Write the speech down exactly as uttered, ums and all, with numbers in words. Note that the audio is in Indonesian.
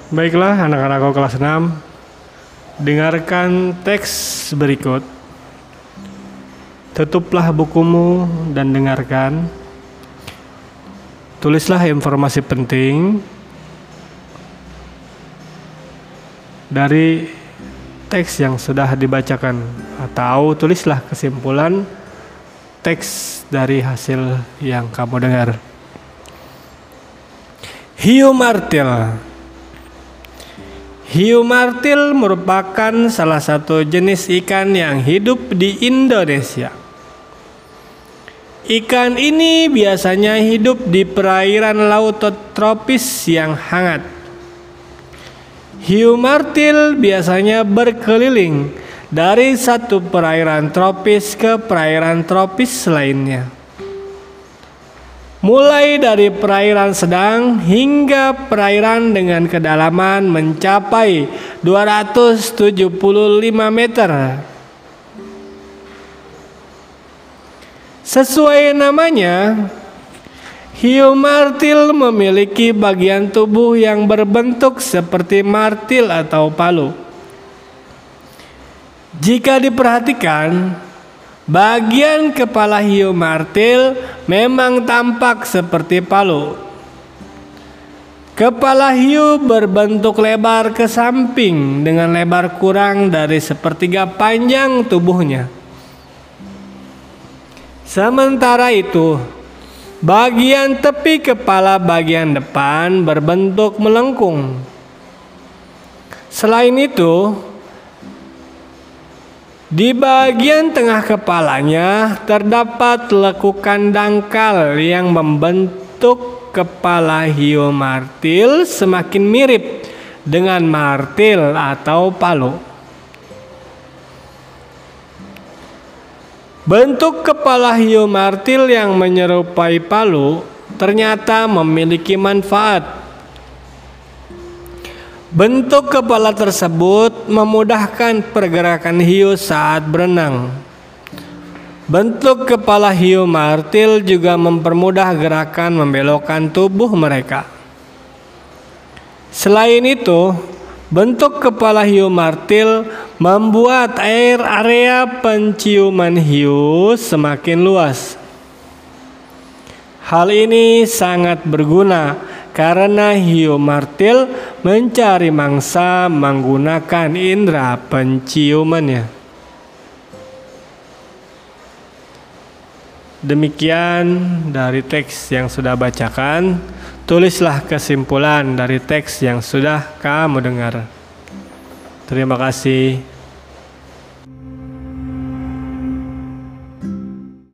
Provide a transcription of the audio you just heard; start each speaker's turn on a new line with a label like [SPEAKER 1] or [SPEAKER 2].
[SPEAKER 1] Baiklah anak-anakku kelas enam, dengarkan teks berikut. Tutuplah bukumu dan dengarkan. Tulislah informasi penting dari teks yang sudah dibacakan, atau tulislah kesimpulan teks dari hasil yang kamu dengar. Hiu martil. Hiu martil merupakan salah satu jenis ikan yang hidup di Indonesia. Ikan ini biasanya hidup di perairan laut tropis yang hangat. Hiu martil biasanya berkeliling dari satu perairan tropis ke perairan tropis lainnya. Mulai dari perairan sedang hingga perairan dengan kedalaman mencapai dua ratus tujuh puluh lima meter. Sesuai namanya, hiu martil memiliki bagian tubuh yang berbentuk seperti martil atau palu. Jika diperhatikan, bagian kepala hiu martil memang tampak seperti palu. Kepala hiu berbentuk lebar ke samping dengan lebar kurang dari sepertiga panjang tubuhnya. Sementara itu, bagian tepi kepala bagian depan berbentuk melengkung. Selain itu, di bagian tengah kepalanya terdapat lekukan dangkal yang membentuk kepala hiu martil semakin mirip dengan martil atau palu. Bentuk kepala hiu martil yang menyerupai palu ternyata memiliki manfaat. Bentuk kepala tersebut memudahkan pergerakan hiu saat berenang. Bentuk kepala hiu martil juga mempermudah gerakan membelokkan tubuh mereka. Selain itu, bentuk kepala hiu martil membuat air area penciuman hiu semakin luas. Hal ini sangat berguna karena hiu martil mencari mangsa menggunakan indera penciumannya. Demikian dari teks yang sudah bacakan. Tulislah kesimpulan dari teks yang sudah kamu dengar. Terima kasih.